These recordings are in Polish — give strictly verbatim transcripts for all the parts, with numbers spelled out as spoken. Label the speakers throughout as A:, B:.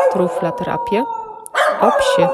A: Truflaterapię o psie.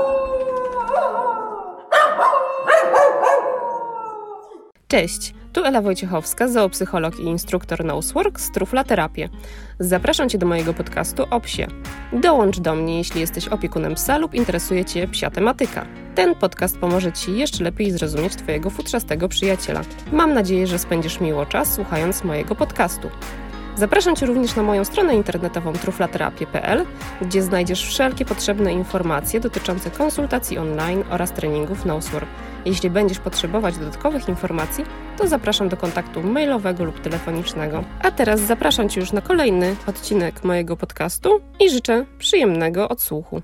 A: Cześć, tu Ela Wojciechowska, zoopsycholog i instruktor Nosework z Truflaterapię. Zapraszam Cię do mojego podcastu o psie. Dołącz do mnie, jeśli jesteś opiekunem psa lub interesuje Cię psia tematyka. Ten podcast pomoże Ci jeszcze lepiej zrozumieć Twojego futrzastego przyjaciela. Mam nadzieję, że spędzisz miło czas słuchając mojego podcastu. Zapraszam Cię również na moją stronę internetową truflaterapię kropka p l, gdzie znajdziesz wszelkie potrzebne informacje dotyczące konsultacji online oraz treningów Nosework. Jeśli będziesz potrzebować dodatkowych informacji, to zapraszam do kontaktu mailowego lub telefonicznego. A teraz zapraszam Cię już na kolejny odcinek mojego podcastu i życzę przyjemnego odsłuchu.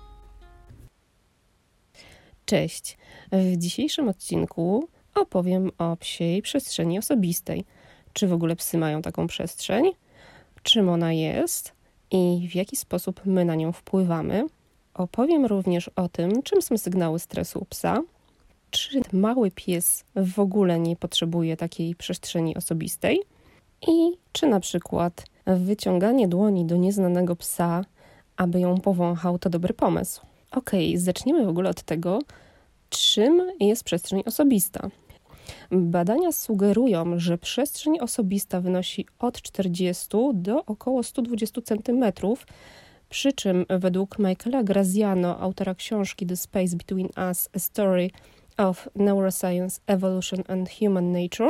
A: Cześć! W dzisiejszym odcinku opowiem o psiej przestrzeni osobistej. Czy w ogóle psy mają taką przestrzeń? Czym ona jest? I w jaki sposób my na nią wpływamy? Opowiem również o tym, czym są sygnały stresu u psa. Czy mały pies w ogóle nie potrzebuje takiej przestrzeni osobistej? I czy na przykład wyciąganie dłoni do nieznanego psa, aby ją powąchał, to dobry pomysł? Okej, zaczniemy w ogóle od tego, czym jest przestrzeń osobista. Badania sugerują, że przestrzeń osobista wynosi od czterdziestu do około stu dwudziestu centymetrów, przy czym według Michaela Graziano, autora książki The Space Between Us, A Story of Neuroscience, Evolution and Human Nature,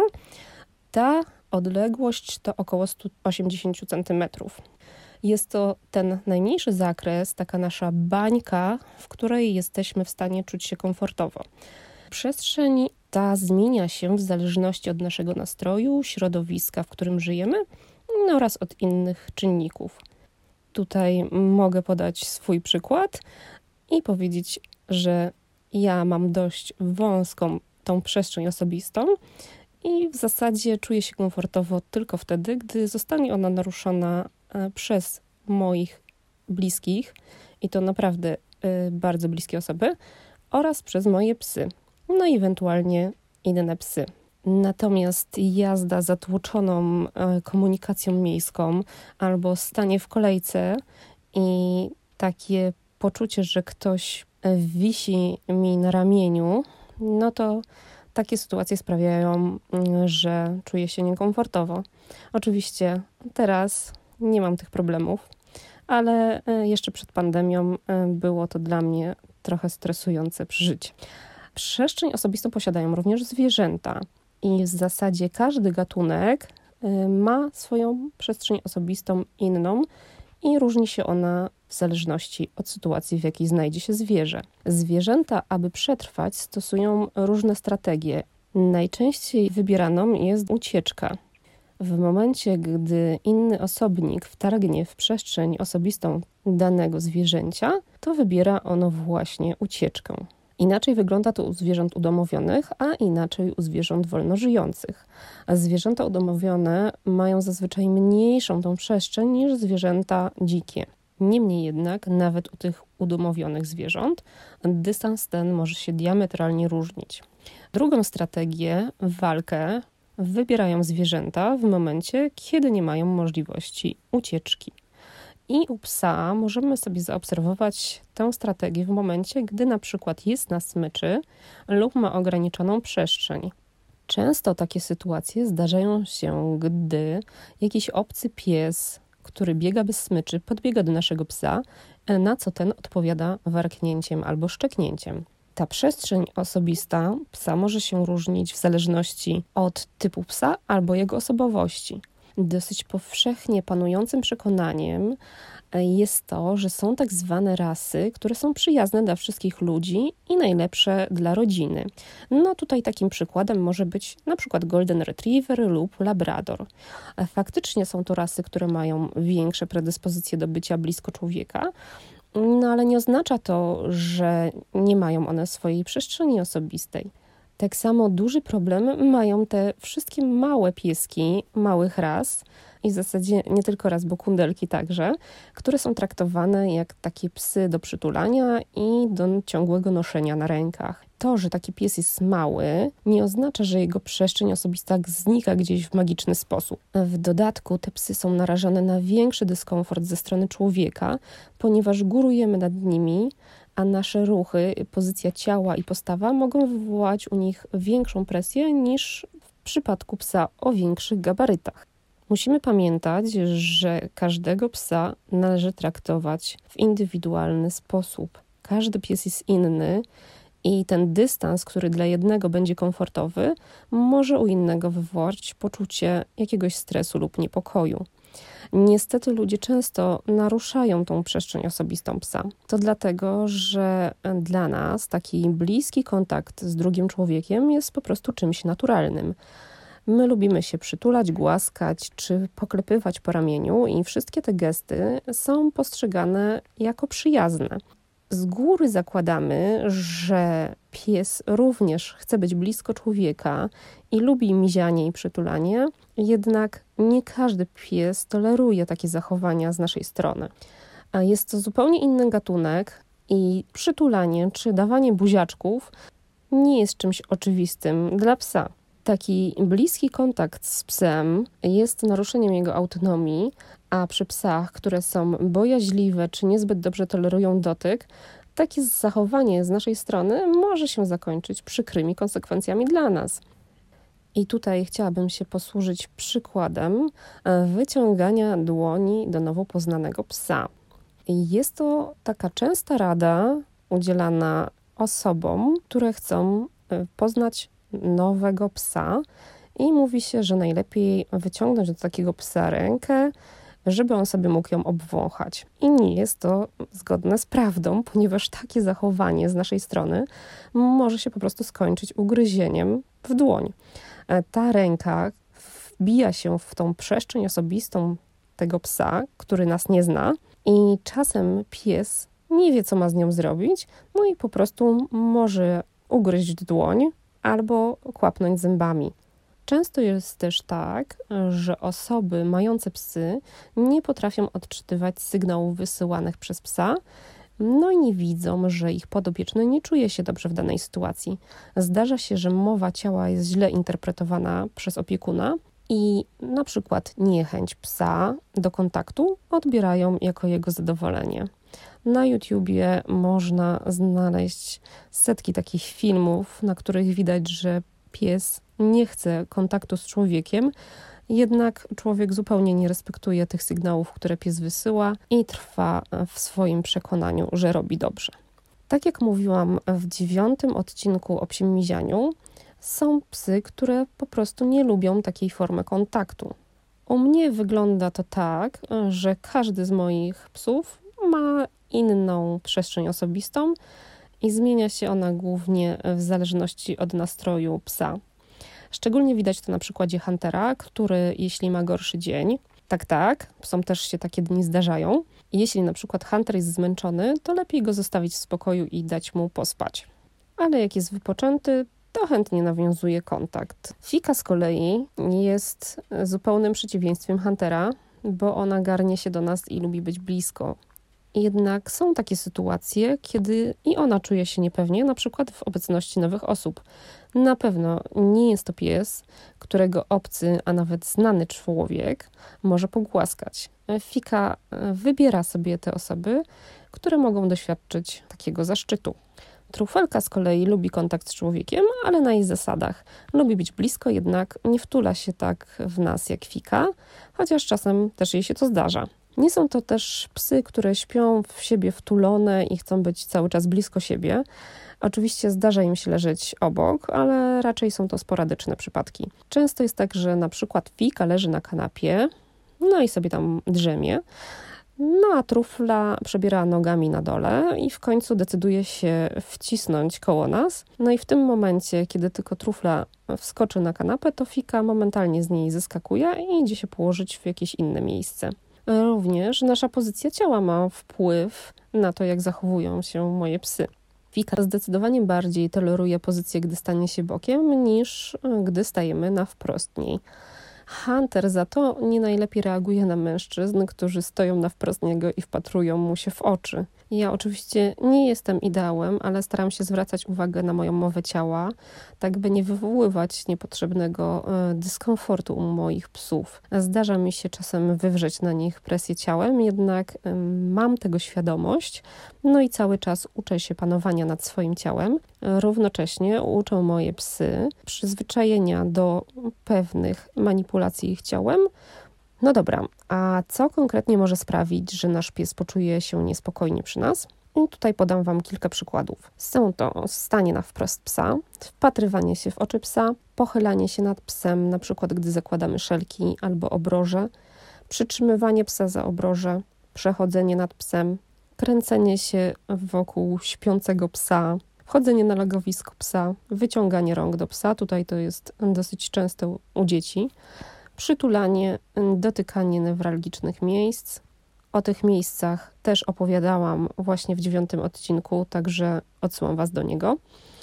A: ta odległość to około stu osiemdziesięciu centymetrów. Jest to ten najmniejszy zakres, taka nasza bańka, w której jesteśmy w stanie czuć się komfortowo. Przestrzeń ta zmienia się w zależności od naszego nastroju, środowiska, w którym żyjemy, no oraz od innych czynników. Tutaj mogę podać swój przykład i powiedzieć, że ja mam dość wąską tą przestrzeń osobistą i w zasadzie czuję się komfortowo tylko wtedy, gdy zostanie ona naruszona przez moich bliskich, i to naprawdę bardzo bliskie osoby, oraz przez moje psy. No i ewentualnie inne psy. Natomiast jazda zatłoczoną komunikacją miejską albo stanie w kolejce i takie poczucie, że ktoś wisi mi na ramieniu, no to takie sytuacje sprawiają, że czuję się niekomfortowo. Oczywiście teraz nie mam tych problemów, ale jeszcze przed pandemią było to dla mnie trochę stresujące przeżycie. Przestrzeń osobistą posiadają również zwierzęta i w zasadzie każdy gatunek ma swoją przestrzeń osobistą inną i różni się ona w zależności od sytuacji, w jakiej znajdzie się zwierzę. Zwierzęta, aby przetrwać, stosują różne strategie. Najczęściej wybieraną jest ucieczka. W momencie, gdy inny osobnik wtargnie w przestrzeń osobistą danego zwierzęcia, to wybiera ono właśnie ucieczkę. Inaczej wygląda to u zwierząt udomowionych, a inaczej u zwierząt wolnożyjących. A zwierzęta udomowione mają zazwyczaj mniejszą tą przestrzeń niż zwierzęta dzikie. Niemniej jednak, nawet u tych udomowionych zwierząt, dystans ten może się diametralnie różnić. Drugą strategię, walkę, wybierają zwierzęta w momencie, kiedy nie mają możliwości ucieczki. I u psa możemy sobie zaobserwować tę strategię w momencie, gdy na przykład jest na smyczy lub ma ograniczoną przestrzeń. Często takie sytuacje zdarzają się, gdy jakiś obcy pies, który biega bez smyczy, podbiega do naszego psa, na co ten odpowiada warknięciem albo szczeknięciem. Ta przestrzeń osobista psa może się różnić w zależności od typu psa albo jego osobowości. Dosyć powszechnie panującym przekonaniem jest to, że są tak zwane rasy, które są przyjazne dla wszystkich ludzi i najlepsze dla rodziny. No tutaj takim przykładem może być na przykład Golden Retriever lub Labrador. Faktycznie są to rasy, które mają większe predyspozycje do bycia blisko człowieka, no ale nie oznacza to, że nie mają one swojej przestrzeni osobistej. Tak samo duży problem mają te wszystkie małe pieski małych ras, i w zasadzie nie tylko raz, bo kundelki także, które są traktowane jak takie psy do przytulania i do ciągłego noszenia na rękach. To, że taki pies jest mały, nie oznacza, że jego przestrzeń osobista znika gdzieś w magiczny sposób. W dodatku te psy są narażone na większy dyskomfort ze strony człowieka, ponieważ górujemy nad nimi, a nasze ruchy, pozycja ciała i postawa mogą wywołać u nich większą presję niż w przypadku psa o większych gabarytach. Musimy pamiętać, że każdego psa należy traktować w indywidualny sposób. Każdy pies jest inny i ten dystans, który dla jednego będzie komfortowy, może u innego wywołać poczucie jakiegoś stresu lub niepokoju. Niestety ludzie często naruszają tą przestrzeń osobistą psa. To dlatego, że dla nas taki bliski kontakt z drugim człowiekiem jest po prostu czymś naturalnym. My lubimy się przytulać, głaskać czy poklepywać po ramieniu i wszystkie te gesty są postrzegane jako przyjazne. Z góry zakładamy, że pies również chce być blisko człowieka i lubi mizianie i przytulanie, jednak nie każdy pies toleruje takie zachowania z naszej strony. A jest to zupełnie inny gatunek i przytulanie czy dawanie buziaczków nie jest czymś oczywistym dla psa. Taki bliski kontakt z psem jest naruszeniem jego autonomii, a przy psach, które są bojaźliwe czy niezbyt dobrze tolerują dotyk, takie zachowanie z naszej strony może się zakończyć przykrymi konsekwencjami dla nas. I tutaj chciałabym się posłużyć przykładem wyciągania dłoni do nowo poznanego psa. Jest to taka częsta rada udzielana osobom, które chcą poznać nowego psa i mówi się, że najlepiej wyciągnąć do takiego psa rękę, żeby on sobie mógł ją obwąchać. I nie jest to zgodne z prawdą, ponieważ takie zachowanie z naszej strony może się po prostu skończyć ugryzieniem w dłoń. Ta ręka wbija się w tą przestrzeń osobistą tego psa, który nas nie zna i czasem pies nie wie, co ma z nią zrobić, no i po prostu może ugryźć dłoń albo kłapnąć zębami. Często jest też tak, że osoby mające psy nie potrafią odczytywać sygnałów wysyłanych przez psa, no i nie widzą, że ich podopieczny nie czuje się dobrze w danej sytuacji. Zdarza się, że mowa ciała jest źle interpretowana przez opiekuna i na przykład niechęć psa do kontaktu odbierają jako jego zadowolenie. Na YouTubie można znaleźć setki takich filmów, na których widać, że pies nie chce kontaktu z człowiekiem, jednak człowiek zupełnie nie respektuje tych sygnałów, które pies wysyła i trwa w swoim przekonaniu, że robi dobrze. Tak jak mówiłam w dziewiątym odcinku o psim mizianiu, są psy, które po prostu nie lubią takiej formy kontaktu. U mnie wygląda to tak, że każdy z moich psów ma inną przestrzeń osobistą i zmienia się ona głównie w zależności od nastroju psa. Szczególnie widać to na przykładzie Huntera, który jeśli ma gorszy dzień, tak, tak, psom też się takie dni zdarzają. Jeśli na przykład Hunter jest zmęczony, to lepiej go zostawić w spokoju i dać mu pospać. Ale jak jest wypoczęty, to chętnie nawiązuje kontakt. Fika z kolei jest zupełnym przeciwieństwem Huntera, bo ona garnie się do nas i lubi być blisko. Jednak są takie sytuacje, kiedy i ona czuje się niepewnie, na przykład w obecności nowych osób. Na pewno nie jest to pies, którego obcy, a nawet znany człowiek może pogłaskać. Fika wybiera sobie te osoby, które mogą doświadczyć takiego zaszczytu. Trufelka z kolei lubi kontakt z człowiekiem, ale na jej zasadach. Lubi być blisko, jednak nie wtula się tak w nas jak Fika, chociaż czasem też jej się to zdarza. Nie są to też psy, które śpią w siebie wtulone i chcą być cały czas blisko siebie. Oczywiście zdarza im się leżeć obok, ale raczej są to sporadyczne przypadki. Często jest tak, że na przykład Fika leży na kanapie, no i sobie tam drzemie, no a trufla przebiera nogami na dole i w końcu decyduje się wcisnąć koło nas. No i w tym momencie, kiedy tylko trufla wskoczy na kanapę, to Fika momentalnie z niej zeskakuje i idzie się położyć w jakieś inne miejsce. Również nasza pozycja ciała ma wpływ na to, jak zachowują się moje psy. Fika zdecydowanie bardziej toleruje pozycję, gdy stanie się bokiem, niż gdy stajemy na wprost niej. Hunter za to nie najlepiej reaguje na mężczyzn, którzy stoją na wprost niego i wpatrują mu się w oczy. Ja oczywiście nie jestem ideałem, ale staram się zwracać uwagę na moją mowę ciała, tak by nie wywoływać niepotrzebnego dyskomfortu u moich psów. Zdarza mi się czasem wywrzeć na nich presję ciałem, jednak mam tego świadomość, no i cały czas uczę się panowania nad swoim ciałem. Równocześnie uczę moje psy przyzwyczajenia do pewnych manipulacji ich ciałem. No dobra, a co konkretnie może sprawić, że nasz pies poczuje się niespokojnie przy nas? I tutaj podam Wam kilka przykładów. Są to stanie na wprost psa, wpatrywanie się w oczy psa, pochylanie się nad psem, na przykład gdy zakładamy szelki albo obroże, przytrzymywanie psa za obroże, przechodzenie nad psem, kręcenie się wokół śpiącego psa, wchodzenie na legowisko psa, wyciąganie rąk do psa, tutaj to jest dosyć często u dzieci, przytulanie, dotykanie newralgicznych miejsc. O tych miejscach też opowiadałam właśnie w dziewiątym odcinku, także odsyłam Was do niego.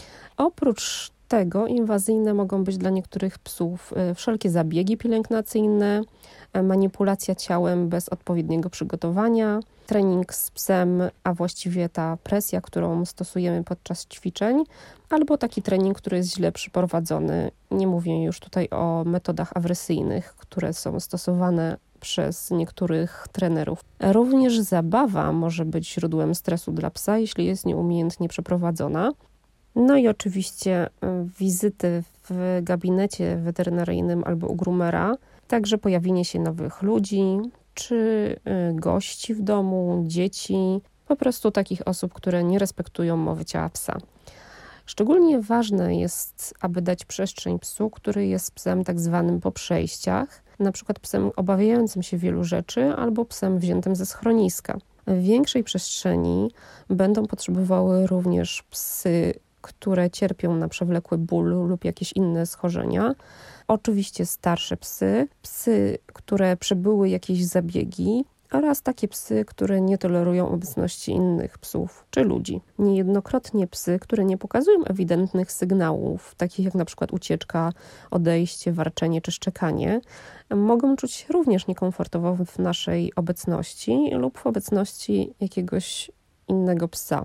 A: Oprócz tego inwazyjne mogą być dla niektórych psów wszelkie zabiegi pielęgnacyjne, manipulacja ciałem bez odpowiedniego przygotowania, trening z psem, a właściwie ta presja, którą stosujemy podczas ćwiczeń, albo taki trening, który jest źle przeprowadzony. Nie mówię już tutaj o metodach agresyjnych, które są stosowane przez niektórych trenerów. Również zabawa może być źródłem stresu dla psa, jeśli jest nieumiejętnie przeprowadzona. No i oczywiście wizyty w gabinecie weterynaryjnym albo u groomera, także pojawienie się nowych ludzi, czy gości w domu, dzieci, po prostu takich osób, które nie respektują mowy ciała psa. Szczególnie ważne jest, aby dać przestrzeń psu, który jest psem tak zwanym po przejściach, na przykład psem obawiającym się wielu rzeczy albo psem wziętym ze schroniska. W większej przestrzeni będą potrzebowały również psy, które cierpią na przewlekły ból lub jakieś inne schorzenia. Oczywiście starsze psy, psy, które przebyły jakieś zabiegi oraz takie psy, które nie tolerują obecności innych psów czy ludzi. Niejednokrotnie psy, które nie pokazują ewidentnych sygnałów, takich jak na przykład ucieczka, odejście, warczenie czy szczekanie, mogą czuć się również niekomfortowo w naszej obecności lub w obecności jakiegoś innego psa.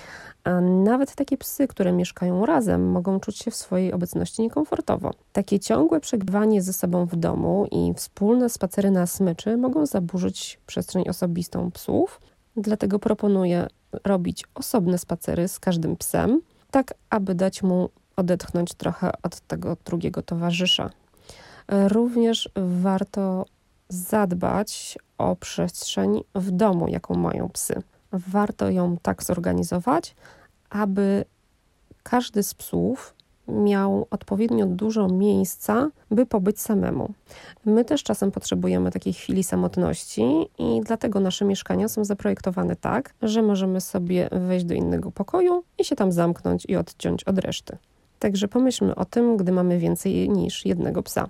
A: A nawet takie psy, które mieszkają razem, mogą czuć się w swojej obecności niekomfortowo. Takie ciągłe przebywanie ze sobą w domu i wspólne spacery na smyczy mogą zaburzyć przestrzeń osobistą psów. Dlatego proponuję robić osobne spacery z każdym psem, tak aby dać mu odetchnąć trochę od tego drugiego towarzysza. Również warto zadbać o przestrzeń w domu, jaką mają psy. Warto ją tak zorganizować, aby każdy z psów miał odpowiednio dużo miejsca, by pobyć samemu. My też czasem potrzebujemy takiej chwili samotności i dlatego nasze mieszkania są zaprojektowane tak, że możemy sobie wejść do innego pokoju i się tam zamknąć i odciąć od reszty. Także pomyślmy o tym, gdy mamy więcej niż jednego psa.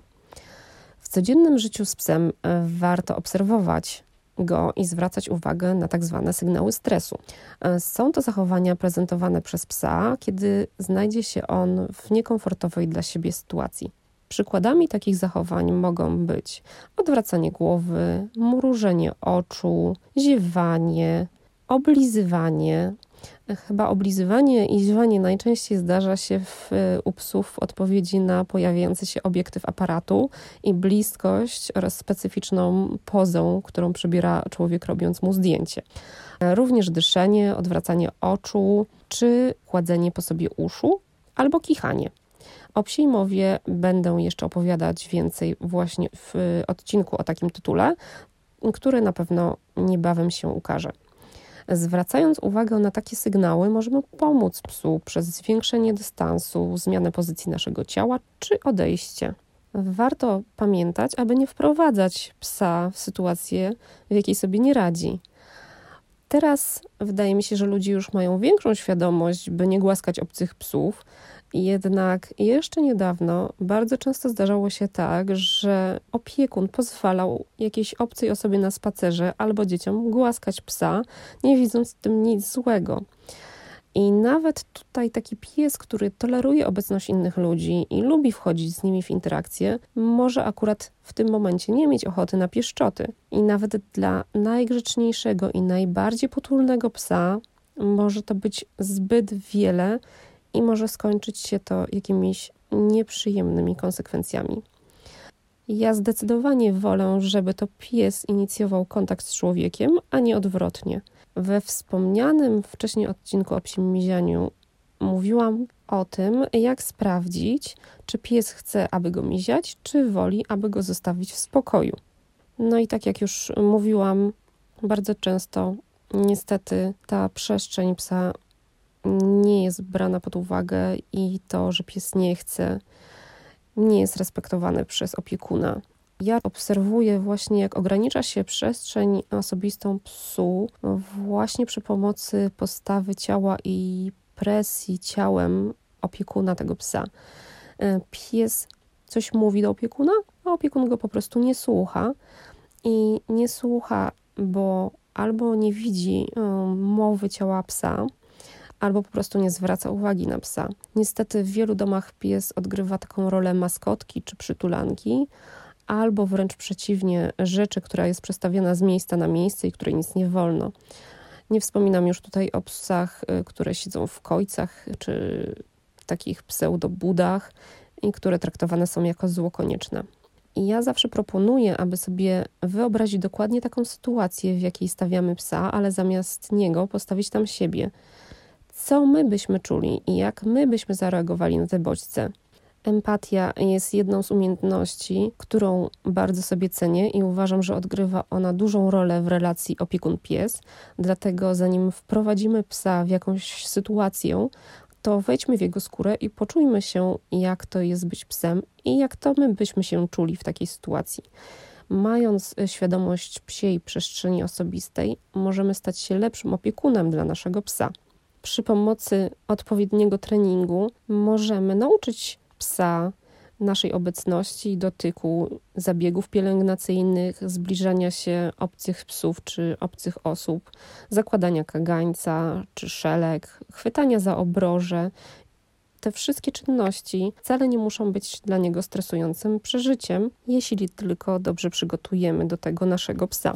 A: W codziennym życiu z psem warto obserwować go i zwracać uwagę na tak zwane sygnały stresu. Są to zachowania prezentowane przez psa, kiedy znajdzie się on w niekomfortowej dla siebie sytuacji. Przykładami takich zachowań mogą być odwracanie głowy, mrużenie oczu, ziewanie, oblizywanie. Chyba oblizywanie i ziewanie najczęściej zdarza się w, u psów w odpowiedzi na pojawiający się obiektyw aparatu i bliskość oraz specyficzną pozą, którą przybiera człowiek, robiąc mu zdjęcie. Również dyszenie, odwracanie oczu czy kładzenie po sobie uszu albo kichanie. O psiej mowie będę jeszcze opowiadać więcej właśnie w odcinku o takim tytule, który na pewno niebawem się ukaże. Zwracając uwagę na takie sygnały, możemy pomóc psu przez zwiększenie dystansu, zmianę pozycji naszego ciała czy odejście. Warto pamiętać, aby nie wprowadzać psa w sytuację, w jakiej sobie nie radzi. Teraz wydaje mi się, że ludzie już mają większą świadomość, by nie głaskać obcych psów. Jednak jeszcze niedawno bardzo często zdarzało się tak, że opiekun pozwalał jakiejś obcej osobie na spacerze albo dzieciom głaskać psa, nie widząc w tym nic złego. I nawet tutaj taki pies, który toleruje obecność innych ludzi i lubi wchodzić z nimi w interakcję, może akurat w tym momencie nie mieć ochoty na pieszczoty. I nawet dla najgrzeczniejszego i najbardziej potulnego psa może to być zbyt wiele i może skończyć się to jakimiś nieprzyjemnymi konsekwencjami. Ja zdecydowanie wolę, żeby to pies inicjował kontakt z człowiekiem, a nie odwrotnie. We wspomnianym wcześniej odcinku o psim mizianiu mówiłam o tym, jak sprawdzić, czy pies chce, aby go miziać, czy woli, aby go zostawić w spokoju. No i tak jak już mówiłam, bardzo często niestety ta przestrzeń psa nie jest brana pod uwagę i to, że pies nie chce, nie jest respektowane przez opiekuna. Ja obserwuję właśnie, jak ogranicza się przestrzeń osobistą psu właśnie przy pomocy postawy ciała i presji ciałem opiekuna tego psa. Pies coś mówi do opiekuna, a opiekun go po prostu nie słucha. I nie słucha, bo albo nie widzi um, mowy ciała psa, albo po prostu nie zwraca uwagi na psa. Niestety w wielu domach pies odgrywa taką rolę maskotki czy przytulanki, albo wręcz przeciwnie, rzeczy, która jest przestawiona z miejsca na miejsce i której nic nie wolno. Nie wspominam już tutaj o psach, które siedzą w kojcach, czy w takich pseudobudach i które traktowane są jako zło konieczne. I ja zawsze proponuję, aby sobie wyobrazić dokładnie taką sytuację, w jakiej stawiamy psa, ale zamiast niego postawić tam siebie. Co my byśmy czuli i jak my byśmy zareagowali na te bodźce. Empatia jest jedną z umiejętności, którą bardzo sobie cenię i uważam, że odgrywa ona dużą rolę w relacji opiekun-pies. Dlatego zanim wprowadzimy psa w jakąś sytuację, to wejdźmy w jego skórę i poczujmy się, jak to jest być psem i jak to my byśmy się czuli w takiej sytuacji. Mając świadomość psiej przestrzeni osobistej, możemy stać się lepszym opiekunem dla naszego psa. Przy pomocy odpowiedniego treningu możemy nauczyć psa naszej obecności i dotyku, zabiegów pielęgnacyjnych, zbliżania się obcych psów czy obcych osób, zakładania kagańca czy szelek, chwytania za obroże. Te wszystkie czynności wcale nie muszą być dla niego stresującym przeżyciem, jeśli tylko dobrze przygotujemy do tego naszego psa.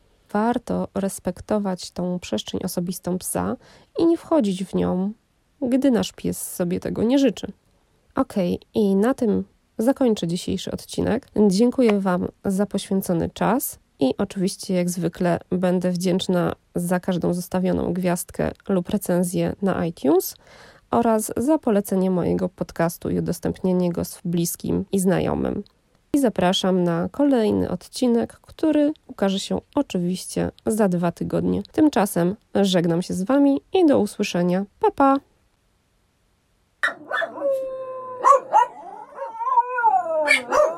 A: Warto respektować tą przestrzeń osobistą psa i nie wchodzić w nią, gdy nasz pies sobie tego nie życzy. Okej, okay, i na tym zakończę dzisiejszy odcinek. Dziękuję Wam za poświęcony czas i oczywiście jak zwykle będę wdzięczna za każdą zostawioną gwiazdkę lub recenzję na iTunes oraz za polecenie mojego podcastu i udostępnienie go bliskim i znajomym. I zapraszam na kolejny odcinek, który ukaże się oczywiście za dwa tygodnie. Tymczasem żegnam się z Wami i do usłyszenia. Pa, pa!
B: Woo!